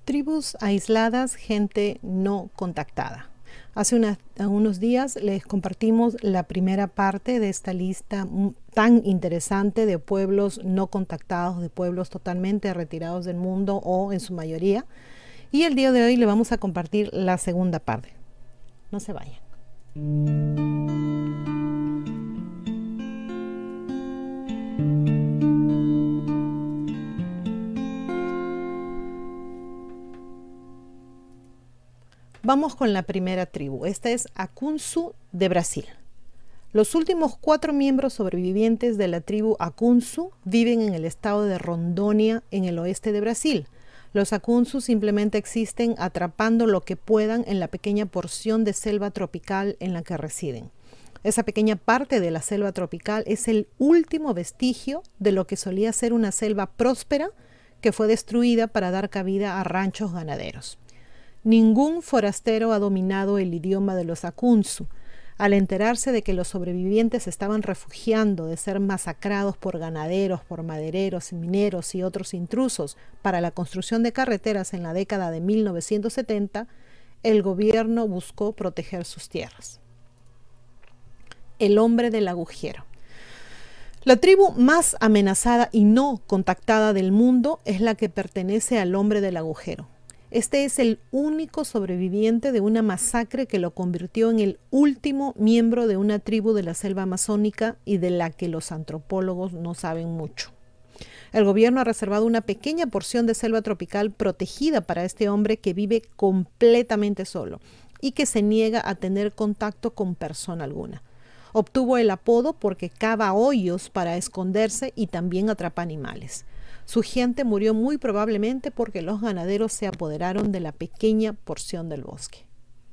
Tribus aisladas, gente no contactada. Hace unos días les compartimos la primera parte de esta lista tan interesante de pueblos no contactados, de pueblos totalmente retirados del mundo o en su mayoría. Y el día de hoy le vamos a compartir la segunda parte. No se vayan. Vamos con la primera tribu. Esta es Akunsu de Brasil. Los últimos 4 miembros sobrevivientes de la tribu Akunsu viven en el estado de Rondônia, en el oeste de Brasil. Los Akunsu simplemente existen atrapando lo que puedan en la pequeña porción de selva tropical en la que residen. Esa pequeña parte de la selva tropical es el último vestigio de lo que solía ser una selva próspera que fue destruida para dar cabida a ranchos ganaderos. Ningún forastero ha dominado el idioma de los Akunsu. Al enterarse de que los sobrevivientes estaban refugiando de ser masacrados por ganaderos, por madereros, mineros y otros intrusos para la construcción de carreteras en la década de 1970, el gobierno buscó proteger sus tierras. El hombre del agujero. La tribu más amenazada y no contactada del mundo es la que pertenece al hombre del agujero. Este es el único sobreviviente de una masacre que lo convirtió en el último miembro de una tribu de la selva amazónica y de la que los antropólogos no saben mucho. El gobierno ha reservado una pequeña porción de selva tropical protegida para este hombre que vive completamente solo y que se niega a tener contacto con persona alguna. Obtuvo el apodo porque cava hoyos para esconderse y también atrapa animales. Su gente murió muy probablemente porque los ganaderos se apoderaron de la pequeña porción del bosque.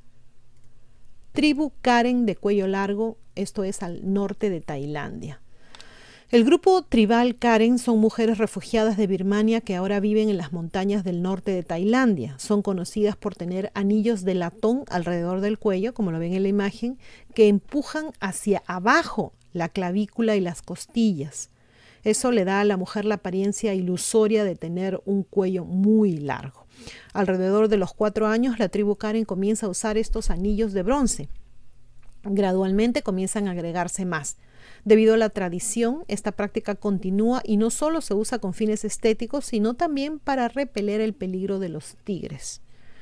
Tribu Karen de cuello largo, esto es al norte de Tailandia. El grupo tribal Karen son mujeres refugiadas de Birmania que ahora viven en las montañas del norte de Tailandia. Son conocidas por tener anillos de latón alrededor del cuello, como lo ven en la imagen, que empujan hacia abajo la clavícula y las costillas. Eso le da a la mujer la apariencia ilusoria de tener un cuello muy largo. Alrededor de los 4 años, la tribu Karen comienza a usar estos anillos de bronce. Gradualmente comienzan a agregarse más. Debido a la tradición, esta práctica continúa y no solo se usa con fines estéticos, sino también para repeler el peligro de los tigres.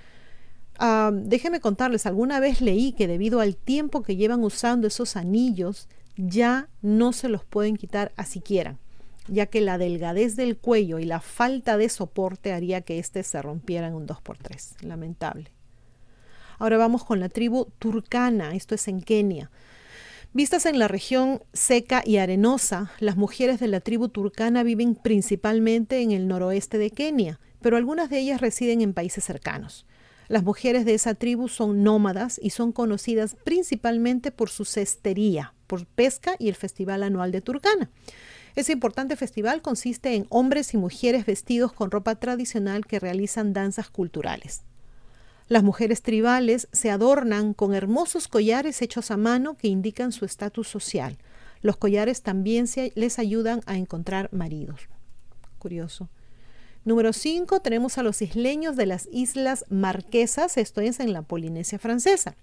Déjenme contarles, alguna vez leí que debido al tiempo que llevan usando esos anillos, ya no se los pueden quitar así quieran, ya que la delgadez del cuello y la falta de soporte haría que éste se rompiera en un 2x3. Lamentable. Ahora vamos con la tribu Turkana, esto es en Kenia. Vistas en la región seca y arenosa, las mujeres de la tribu Turkana viven principalmente en el noroeste de Kenia, pero algunas de ellas residen en países cercanos. Las mujeres de esa tribu son nómadas y son conocidas principalmente por su cestería, por pesca y el festival anual de Turkana. Ese importante festival consiste en hombres y mujeres vestidos con ropa tradicional que realizan danzas culturales. Las mujeres tribales se adornan con hermosos collares hechos a mano que indican su estatus social. Los collares también les ayudan a encontrar maridos. Curioso. Número 5, tenemos a los isleños de las Islas Marquesas, esto es en la Polinesia Francesa.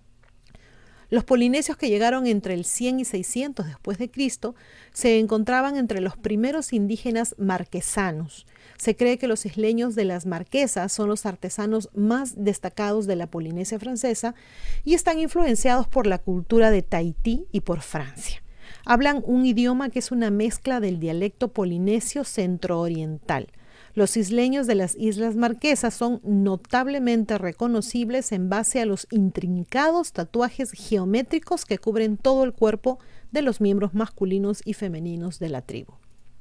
Los polinesios que llegaron entre el 100 y 600 después de Cristo se encontraban entre los primeros indígenas marquesanos. Se cree que los isleños de las Marquesas son los artesanos más destacados de la Polinesia Francesa y están influenciados por la cultura de Tahití y por Francia. Hablan un idioma que es una mezcla del dialecto polinesio centro-oriental. Los isleños de las Islas Marquesas son notablemente reconocibles en base a los intrincados tatuajes geométricos que cubren todo el cuerpo de los miembros masculinos y femeninos de la tribu.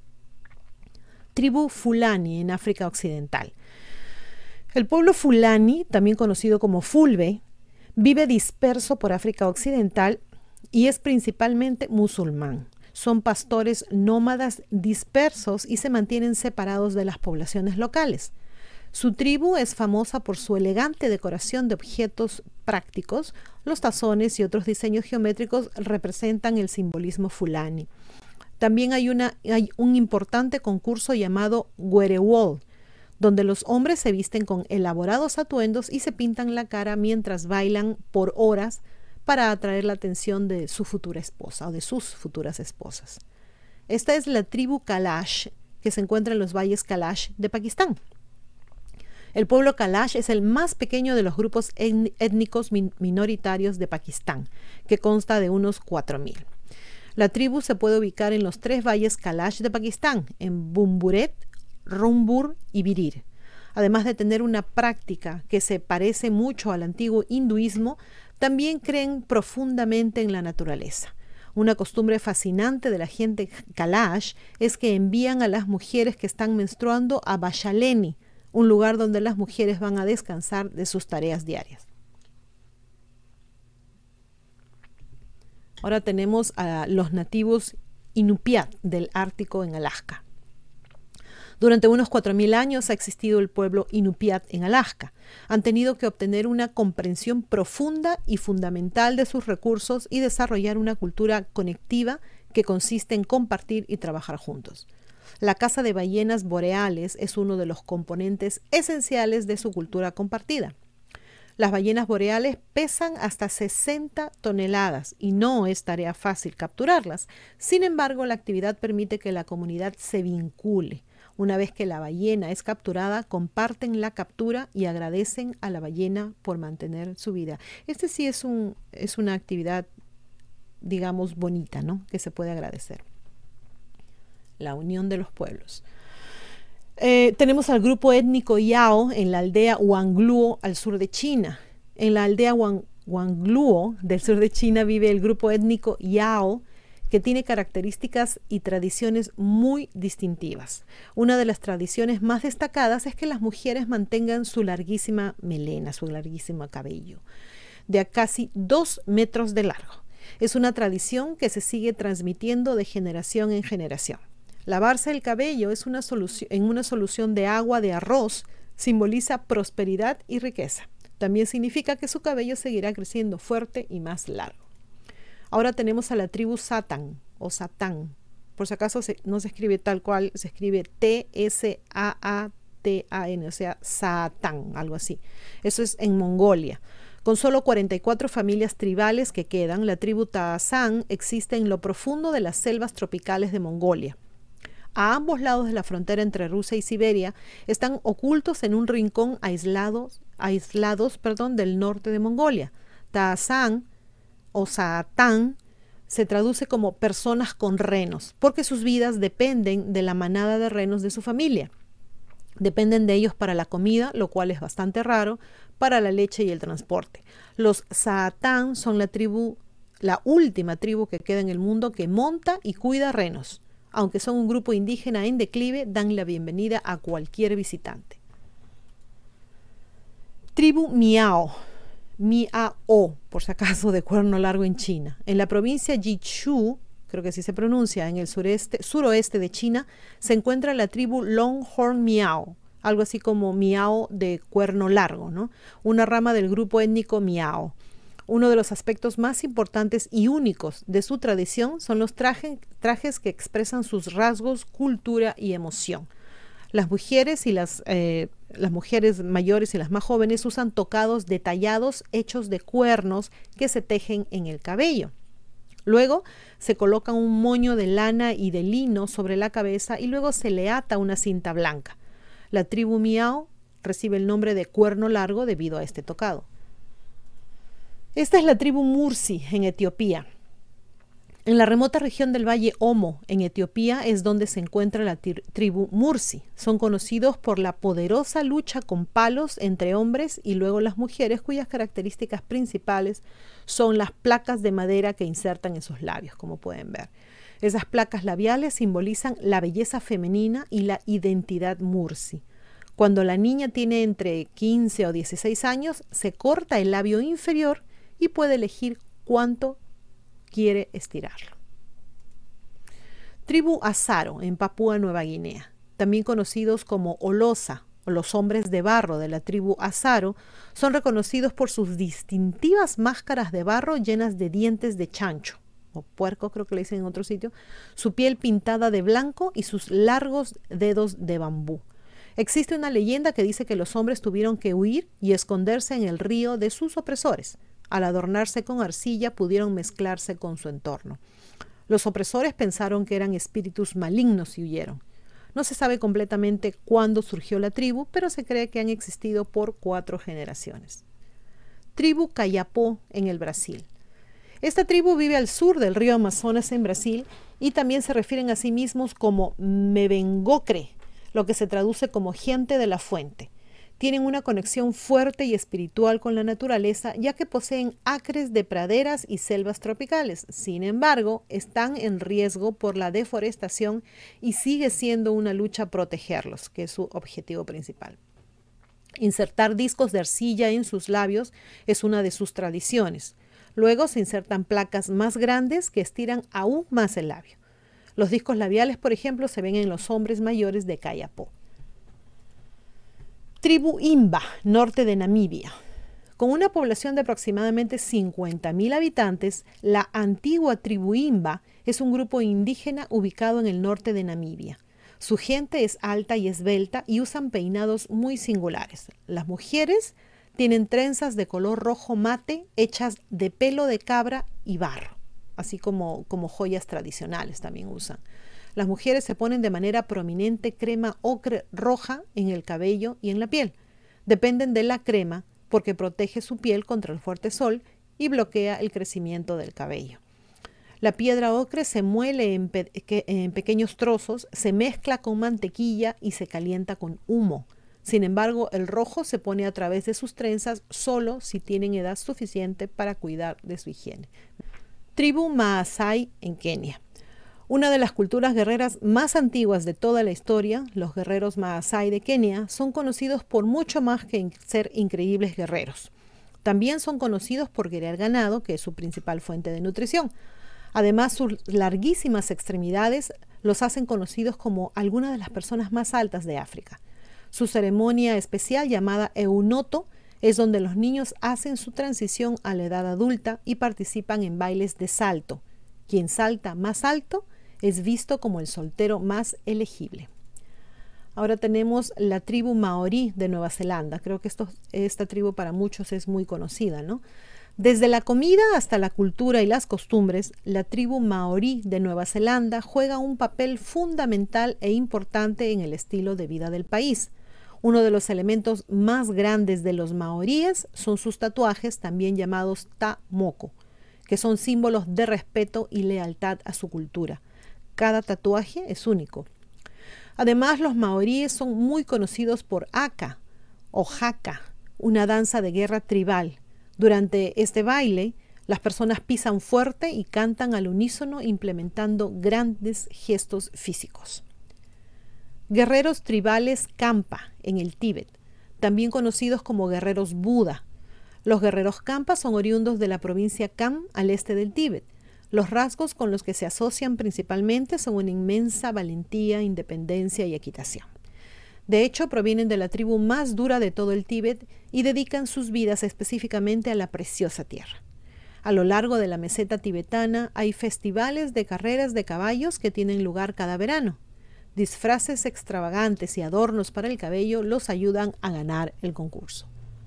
Tribu Fulani en África Occidental. El pueblo Fulani, también conocido como Fulbe, vive disperso por África Occidental y es principalmente musulmán. Son pastores nómadas dispersos y se mantienen separados de las poblaciones locales. Su tribu es famosa por su elegante decoración de objetos prácticos. Los tazones y otros diseños geométricos representan el simbolismo fulani. También hay un importante concurso llamado Werewol, donde los hombres se visten con elaborados atuendos y se pintan la cara mientras bailan por horas para atraer la atención de su futura esposa o de sus futuras esposas. Esta es la tribu Kalash, que se encuentra en los valles Kalash de Pakistán. El pueblo Kalash es el más pequeño de los grupos étnicos minoritarios de Pakistán, que consta de unos 4.000. La tribu se puede ubicar en los 3 valles Kalash de Pakistán, en Bumburet, Rumbur y Birir. Además de tener una práctica que se parece mucho al antiguo hinduismo, también creen profundamente en la naturaleza. Una costumbre fascinante de la gente Kalash es que envían a las mujeres que están menstruando a Bashaleni, un lugar donde las mujeres van a descansar de sus tareas diarias. Ahora tenemos a los nativos Inupiat del Ártico en Alaska. Durante unos 4.000 años ha existido el pueblo Inupiat en Alaska. Han tenido que obtener una comprensión profunda y fundamental de sus recursos y desarrollar una cultura conectiva que consiste en compartir y trabajar juntos. La caza de ballenas boreales es uno de los componentes esenciales de su cultura compartida. Las ballenas boreales pesan hasta 60 toneladas y no es tarea fácil capturarlas. Sin embargo, la actividad permite que la comunidad se vincule. Una vez que la ballena es capturada, comparten la captura y agradecen a la ballena por mantener su vida. Este sí es una actividad, digamos, bonita, ¿no? Que se puede agradecer. La unión de los pueblos. Tenemos al grupo étnico Yao en la aldea Huangluo al sur de China. En la aldea Huangluo del sur de China vive el grupo étnico Yao, que tiene características y tradiciones muy distintivas. Una de las tradiciones más destacadas es que las mujeres mantengan su larguísima melena, su larguísimo cabello, de a casi 2 metros de largo. Es una tradición que se sigue transmitiendo de generación en generación. Lavarse el cabello en una solución de agua de arroz simboliza prosperidad y riqueza. También significa que su cabello seguirá creciendo fuerte y más largo. Ahora tenemos a la tribu Satan o Satán. Por si acaso no se escribe tal cual, se escribe T-S-A-A-T-A-N, o sea, Satán, algo así. Eso es en Mongolia. Con solo 44 familias tribales que quedan, la tribu Taazán existe en lo profundo de las selvas tropicales de Mongolia. A ambos lados de la frontera entre Rusia y Siberia están ocultos en un rincón aislados del norte de Mongolia. Taazán o Satán se traduce como personas con renos, porque sus vidas dependen de la manada de renos de su familia. Dependen de ellos para la comida, lo cual es bastante raro, para la leche y el transporte. Los Satán son la última tribu que queda en el mundo que monta y cuida renos. Aunque son un grupo indígena en declive, dan la bienvenida a cualquier visitante. Tribu Miao. Miao, por si acaso, de cuerno largo en China. En la provincia Jiangsu, creo que así se pronuncia, en el suroeste de China, se encuentra la tribu Longhorn Miao, algo así como Miao de cuerno largo, ¿no? Una rama del grupo étnico Miao. Uno de los aspectos más importantes y únicos de su tradición son los trajes que expresan sus rasgos, cultura y emoción. Las mujeres mayores y las más jóvenes usan tocados detallados hechos de cuernos que se tejen en el cabello. Luego se coloca un moño de lana y de lino sobre la cabeza y luego se le ata una cinta blanca. La tribu Miao recibe el nombre de cuerno largo debido a este tocado. Esta es la tribu Mursi en Etiopía. En la remota región del Valle Omo, en Etiopía, es donde se encuentra la tribu Mursi. Son conocidos por la poderosa lucha con palos entre hombres y luego las mujeres, cuyas características principales son las placas de madera que insertan en sus labios, como pueden ver. Esas placas labiales simbolizan la belleza femenina y la identidad Mursi. Cuando la niña tiene entre 15 o 16 años, se corta el labio inferior y puede elegir cuánto quiere estirarlo. Tribu Asaro en Papúa Nueva Guinea, también conocidos como Olosa o los hombres de barro de la tribu Asaro, son reconocidos por sus distintivas máscaras de barro llenas de dientes de chancho o puerco, creo que le dicen en otro sitio, su piel pintada de blanco y sus largos dedos de bambú. Existe una leyenda que dice que los hombres tuvieron que huir y esconderse en el río de sus opresores. Al adornarse con arcilla pudieron mezclarse con su entorno. Los opresores pensaron que eran espíritus malignos y huyeron. No se sabe completamente cuándo surgió la tribu, pero se cree que han existido por 4 generaciones. Tribu Kayapó en el Brasil. Esta tribu vive al sur del río Amazonas en Brasil y también se refieren a sí mismos como Mevengocre, lo que se traduce como gente de la fuente. Tienen una conexión fuerte y espiritual con la naturaleza, ya que poseen acres de praderas y selvas tropicales. Sin embargo, están en riesgo por la deforestación y sigue siendo una lucha protegerlos, que es su objetivo principal. Insertar discos de arcilla en sus labios es una de sus tradiciones. Luego se insertan placas más grandes que estiran aún más el labio. Los discos labiales, por ejemplo, se ven en los hombres mayores de Kayapó. Tribu Imba, norte de Namibia. Con una población de aproximadamente 50.000 habitantes, la antigua tribu Imba es un grupo indígena ubicado en el norte de Namibia. Su gente es alta y esbelta y usan peinados muy singulares. Las mujeres tienen trenzas de color rojo mate hechas de pelo de cabra y barro, así como joyas tradicionales también usan. Las mujeres se ponen de manera prominente crema ocre roja en el cabello y en la piel. Dependen de la crema porque protege su piel contra el fuerte sol y bloquea el crecimiento del cabello. La piedra ocre se muele en pequeños trozos, se mezcla con mantequilla y se calienta con humo. Sin embargo, el rojo se pone a través de sus trenzas solo si tienen edad suficiente para cuidar de su higiene. Tribu Maasai en Kenia. Una de las culturas guerreras más antiguas de toda la historia, los guerreros Maasai de Kenia son conocidos por mucho más que ser increíbles guerreros. También son conocidos por criar ganado, que es su principal fuente de nutrición. Además, sus larguísimas extremidades los hacen conocidos como algunas de las personas más altas de África. Su ceremonia especial llamada Eunoto es donde los niños hacen su transición a la edad adulta y participan en bailes de salto. Quien salta más alto es visto como el soltero más elegible. Ahora tenemos la tribu maorí de Nueva Zelanda. Creo que esta tribu para muchos es muy conocida, ¿no? Desde la comida hasta la cultura y las costumbres, la tribu maorí de Nueva Zelanda juega un papel fundamental e importante en el estilo de vida del país. Uno de los elementos más grandes de los maoríes son sus tatuajes, también llamados ta-moko, que son símbolos de respeto y lealtad a su cultura. Cada tatuaje es único. Además, los maoríes son muy conocidos por haka o haka, una danza de guerra tribal. Durante este baile, las personas pisan fuerte y cantan al unísono implementando grandes gestos físicos. Guerreros tribales Kampa en el Tíbet, también conocidos como guerreros Buda. Los guerreros Kampa son oriundos de la provincia Kham al este del Tíbet. Los rasgos con los que se asocian principalmente son una inmensa valentía, independencia y equitación. De hecho, provienen de la tribu más dura de todo el Tíbet y dedican sus vidas específicamente a la preciosa tierra. A lo largo de la meseta tibetana hay festivales de carreras de caballos que tienen lugar cada verano. Disfraces extravagantes y adornos para el cabello los ayudan a ganar el concurso.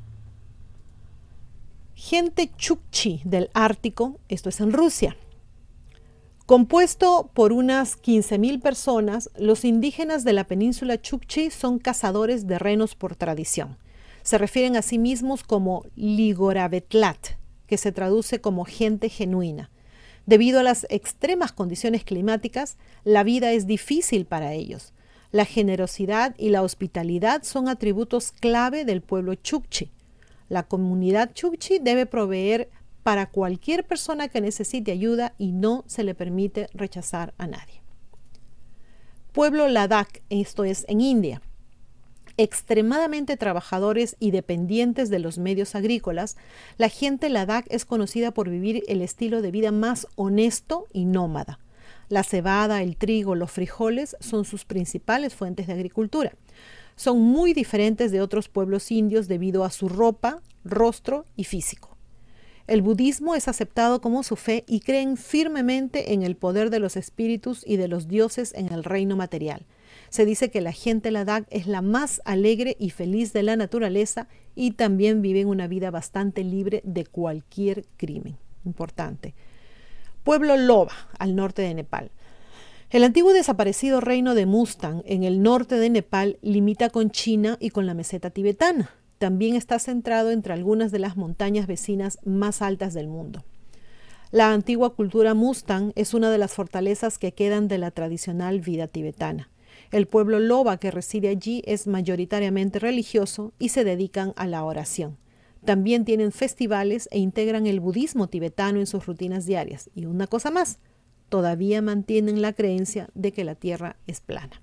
Gente Chukchi del Ártico, esto es en Rusia. Compuesto por unas 15.000 personas, los indígenas de la península Chukchi son cazadores de renos por tradición. Se refieren a sí mismos como Ligoravetlat, que se traduce como gente genuina. Debido a las extremas condiciones climáticas, la vida es difícil para ellos. La generosidad y la hospitalidad son atributos clave del pueblo Chukchi. La comunidad Chukchi debe proveer para cualquier persona que necesite ayuda y no se le permite rechazar a nadie. Pueblo Ladakh, esto es en India. Extremadamente trabajadores y dependientes de los medios agrícolas, la gente Ladakh es conocida por vivir el estilo de vida más honesto y nómada. La cebada, el trigo, los frijoles son sus principales fuentes de agricultura. Son muy diferentes de otros pueblos indios debido a su ropa, rostro y físico. El budismo es aceptado como su fe y creen firmemente en el poder de los espíritus y de los dioses en el reino material. Se dice que la gente Ladakh es la más alegre y feliz de la naturaleza y también viven una vida bastante libre de cualquier crimen. Importante. Pueblo Loba, al norte de Nepal. El antiguo desaparecido reino de Mustang, en el norte de Nepal, limita con China y con la meseta tibetana. También está centrado entre algunas de las montañas vecinas más altas del mundo. La antigua cultura Mustang es una de las fortalezas que quedan de la tradicional vida tibetana. El pueblo Loba que reside allí es mayoritariamente religioso y se dedican a la oración. También tienen festivales e integran el budismo tibetano en sus rutinas diarias. Y una cosa más, todavía mantienen la creencia de que la tierra es plana.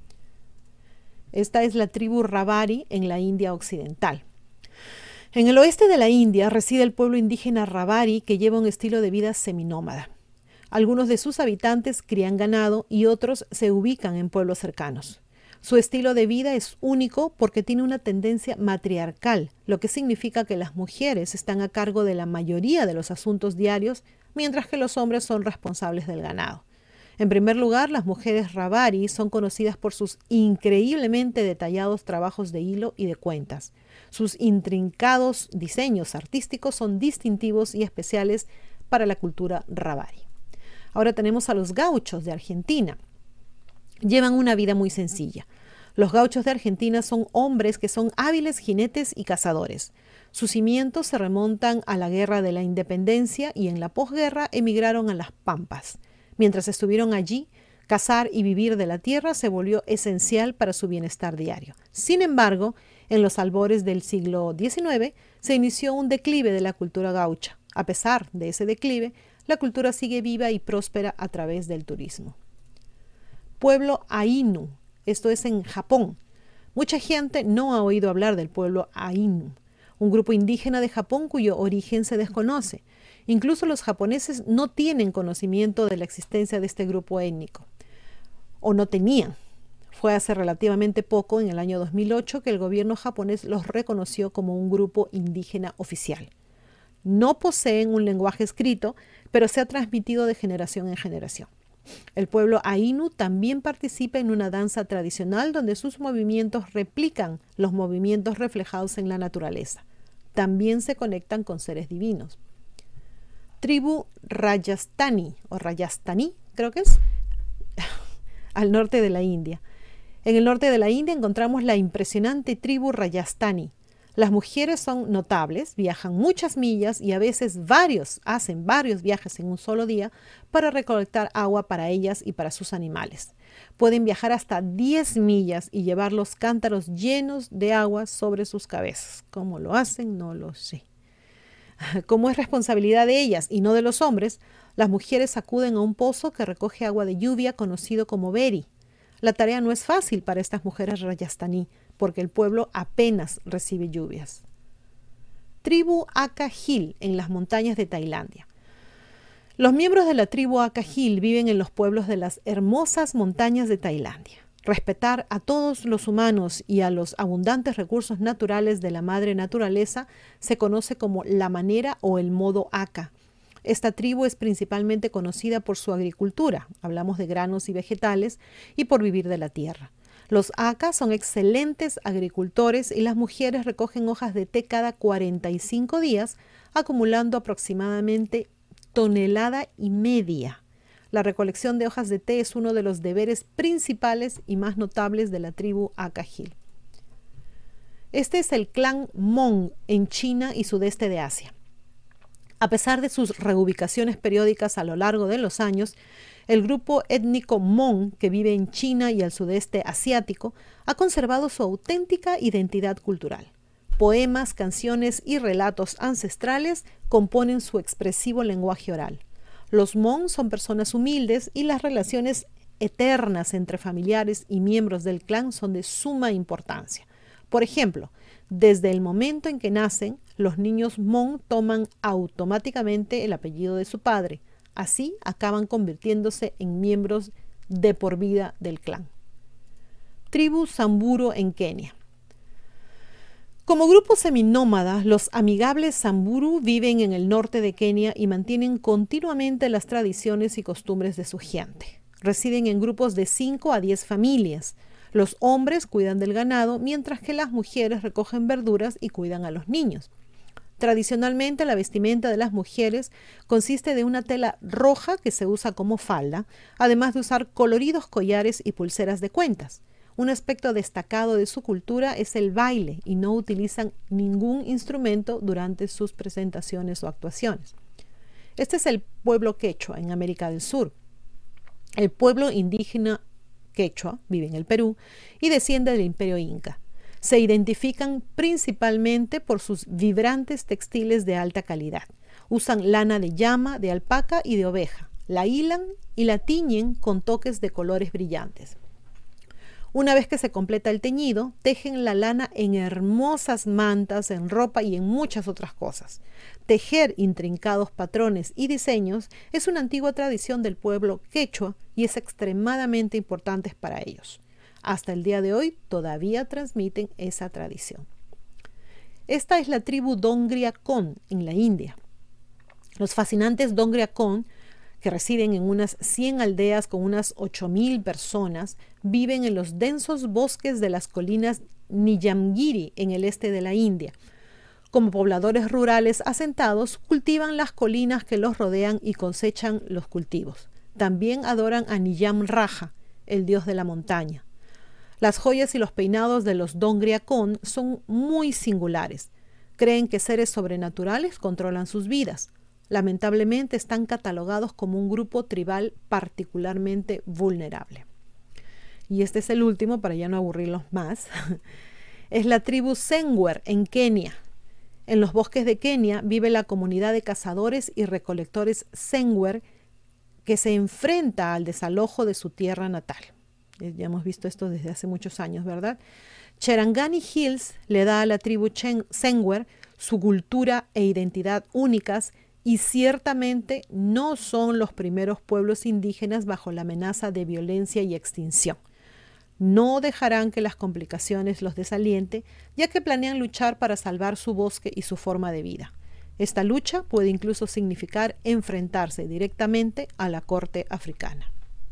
Esta es la tribu Rabari en la India occidental. En el oeste de la India reside el pueblo indígena Rabari que lleva un estilo de vida seminómada. Algunos de sus habitantes crían ganado y otros se ubican en pueblos cercanos. Su estilo de vida es único porque tiene una tendencia matriarcal, lo que significa que las mujeres están a cargo de la mayoría de los asuntos diarios, mientras que los hombres son responsables del ganado. En primer lugar, las mujeres Rabari son conocidas por sus increíblemente detallados trabajos de hilo y de cuentas. Sus intrincados diseños artísticos son distintivos y especiales para la cultura Rabari. Ahora tenemos a los gauchos de Argentina. Llevan una vida muy sencilla. Los gauchos de Argentina son hombres que son hábiles jinetes y cazadores. Sus cimientos se remontan a la Guerra de la Independencia y en la posguerra emigraron a las Pampas. Mientras estuvieron allí, cazar y vivir de la tierra se volvió esencial para su bienestar diario. Sin embargo, en los albores del siglo XIX se inició un declive de la cultura gaucha. A pesar de ese declive, la cultura sigue viva y próspera a través del turismo. Pueblo Ainu, esto es en Japón. Mucha gente no ha oído hablar del pueblo Ainu, un grupo indígena de Japón cuyo origen se desconoce. Incluso los japoneses no tienen conocimiento de la existencia de este grupo étnico, o no tenían. Fue hace relativamente poco, en el año 2008, que el gobierno japonés los reconoció como un grupo indígena oficial. No poseen un lenguaje escrito, pero se ha transmitido de generación en generación. El pueblo Ainu también participa en una danza tradicional donde sus movimientos replican los movimientos reflejados en la naturaleza. También se conectan con seres divinos. Tribu Rajasthani, o Rajasthani, creo que es, al norte de la India. En el norte de la India encontramos la impresionante tribu Rajasthani. Las mujeres son notables, viajan muchas millas y a veces hacen varios viajes en un solo día para recolectar agua para ellas y para sus animales. Pueden viajar hasta 10 millas y llevar los cántaros llenos de agua sobre sus cabezas. ¿Cómo lo hacen? No lo sé. Como es responsabilidad de ellas y no de los hombres, las mujeres acuden a un pozo que recoge agua de lluvia conocido como Beri. La tarea no es fácil para estas mujeres Rajasthani, porque el pueblo apenas recibe lluvias. Tribu Aka Hill en las montañas de Tailandia. Los miembros de la tribu Aka Hill viven en los pueblos de las hermosas montañas de Tailandia. Respetar a todos los humanos y a los abundantes recursos naturales de la madre naturaleza se conoce como la manera o el modo Aka. Esta tribu es principalmente conocida por su agricultura, hablamos de granos y vegetales, y por vivir de la tierra. Los Aka son excelentes agricultores y las mujeres recogen hojas de té cada 45 días, acumulando aproximadamente 1,5 toneladas. La recolección de hojas de té es uno de los deberes principales y más notables de la tribu Aka Hill. Este es el clan Hmong en China y sudeste de Asia. A pesar de sus reubicaciones periódicas a lo largo de los años, el grupo étnico Hmong, que vive en China y el sudeste asiático, ha conservado su auténtica identidad cultural. Poemas, canciones y relatos ancestrales componen su expresivo lenguaje oral. Los Hmong son personas humildes y las relaciones eternas entre familiares y miembros del clan son de suma importancia. Por ejemplo, desde el momento en que nacen, los niños Hmong toman automáticamente el apellido de su padre. Así acaban convirtiéndose en miembros de por vida del clan. Tribu Samburu en Kenia. Como grupo seminómada, los amigables Samburu viven en el norte de Kenia y mantienen continuamente las tradiciones y costumbres de su gente. Residen en grupos de 5 a 10 familias. Los hombres cuidan del ganado, mientras que las mujeres recogen verduras y cuidan a los niños. Tradicionalmente, la vestimenta de las mujeres consiste de una tela roja que se usa como falda, además de usar coloridos collares y pulseras de cuentas. Un aspecto destacado de su cultura es el baile y no utilizan ningún instrumento durante sus presentaciones o actuaciones. Este es el pueblo quechua en América del Sur. El pueblo indígena quechua vive en el Perú y desciende del Imperio Inca. Se identifican principalmente por sus vibrantes textiles de alta calidad. Usan lana de llama, de alpaca y de oveja. La hilan y la tiñen con toques de colores brillantes. Una vez que se completa el teñido, tejen la lana en hermosas mantas, en ropa y en muchas otras cosas. Tejer intrincados patrones y diseños es una antigua tradición del pueblo quechua y es extremadamente importante para ellos. Hasta el día de hoy todavía transmiten esa tradición. Esta es la tribu Dongria Con en la India. Los fascinantes Dongria Con, que residen en unas 100 aldeas con unas 8.000 personas, viven en los densos bosques de las colinas Niyamgiri en el este de la India. Como pobladores rurales asentados, cultivan las colinas que los rodean y cosechan los cultivos. También adoran a Niyam Raja, el dios de la montaña. Las joyas y los peinados de los Dongria Con son muy singulares. Creen que seres sobrenaturales controlan sus vidas. Lamentablemente están catalogados como un grupo tribal particularmente vulnerable. Y este es el último, para ya no aburrirlos más. Es la tribu Sengwer en Kenia. En los bosques de Kenia vive la comunidad de cazadores y recolectores Sengwer que se enfrenta al desalojo de su tierra natal. Ya hemos visto esto desde hace muchos años, ¿verdad? Cherangani Hills le da a la tribu Sengwer su cultura e identidad únicas y ciertamente no son los primeros pueblos indígenas bajo la amenaza de violencia y extinción. No dejarán que las complicaciones los desaliente, ya que planean luchar para salvar su bosque y su forma de vida. Esta lucha puede incluso significar enfrentarse directamente a la corte africana.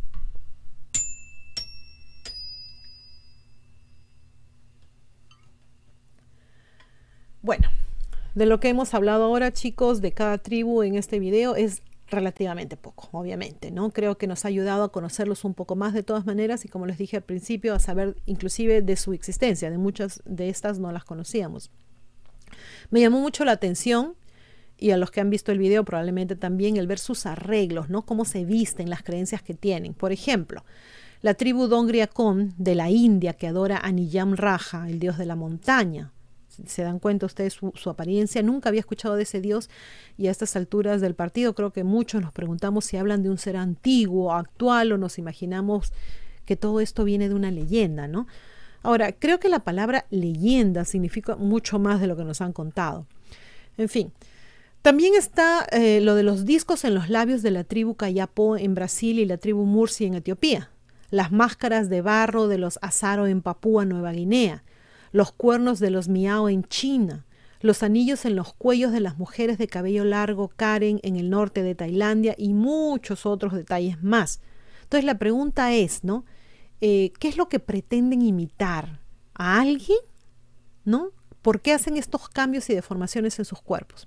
Bueno, de lo que hemos hablado ahora, chicos, de cada tribu en este video es relativamente poco, obviamente, ¿no? Creo que nos ha ayudado a conocerlos un poco más de todas maneras y, como les dije al principio, a saber inclusive de su existencia. De muchas de estas no las conocíamos. Me llamó mucho la atención, y a los que han visto el video probablemente también, el ver sus arreglos, ¿no? Cómo se visten, las creencias que tienen. Por ejemplo, la tribu Dongria Con de la India, que adora a Niyam Raja, el dios de la montaña. Se dan cuenta ustedes su apariencia. Nunca había escuchado de ese dios, y a estas alturas del partido creo que muchos nos preguntamos si hablan de un ser antiguo, actual, o nos imaginamos que todo esto viene de una leyenda, ¿no? Ahora, creo que la palabra leyenda significa mucho más de lo que nos han contado. En fin, también está lo de los discos en los labios de la tribu Kayapo en Brasil y la tribu Mursi en Etiopía, las máscaras de barro de los Asaro en Papúa Nueva Guinea, los cuernos de los Miao en China, los anillos en los cuellos de las mujeres de cabello largo Karen en el norte de Tailandia y muchos otros detalles más. Entonces la pregunta es, ¿no? ¿Qué es lo que pretenden imitar? ¿A alguien? ¿No? ¿Por qué hacen estos cambios y deformaciones en sus cuerpos?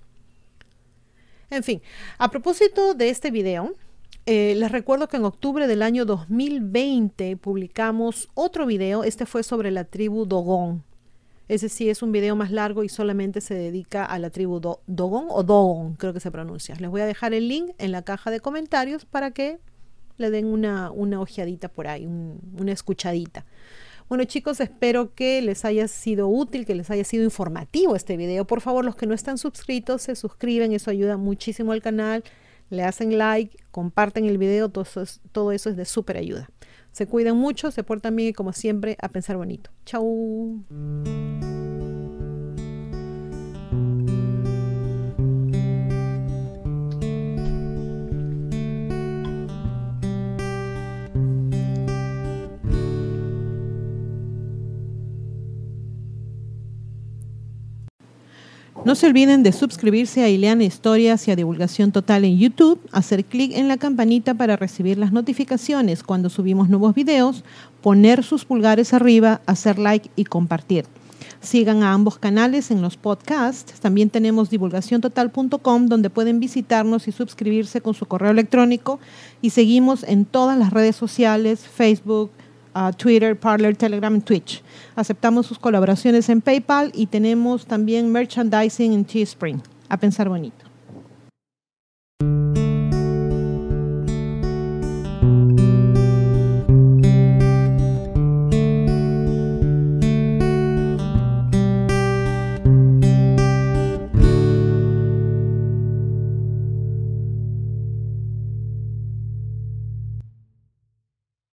En fin, a propósito de este video, les recuerdo que en octubre del año 2020 publicamos otro video. Este fue sobre la tribu Dogon. Ese sí es un video más largo y solamente se dedica a la tribu Dogon o Dogon, creo que se pronuncia. Les voy a dejar el link en la caja de comentarios para que le den una ojeadita por ahí, una escuchadita. Bueno, chicos, espero que les haya sido útil, que les haya sido informativo este video. Por favor, los que no están suscritos, se suscriben, eso ayuda muchísimo al canal. Le hacen like, comparten el video, todo eso es de súper ayuda. Se cuidan mucho, se portan bien y, como siempre, a pensar bonito. Chau. No se olviden de suscribirse a Ileana Historias y a Divulgación Total en YouTube, hacer clic en la campanita para recibir las notificaciones cuando subimos nuevos videos, poner sus pulgares arriba, hacer like y compartir. Sigan a ambos canales en los podcasts. También tenemos divulgaciontotal.com, donde pueden visitarnos y suscribirse con su correo electrónico. Y seguimos en todas las redes sociales, Facebook, Twitter, Parler, Telegram y Twitch. Aceptamos sus colaboraciones en PayPal y tenemos también merchandising en Teespring. A pensar bonito.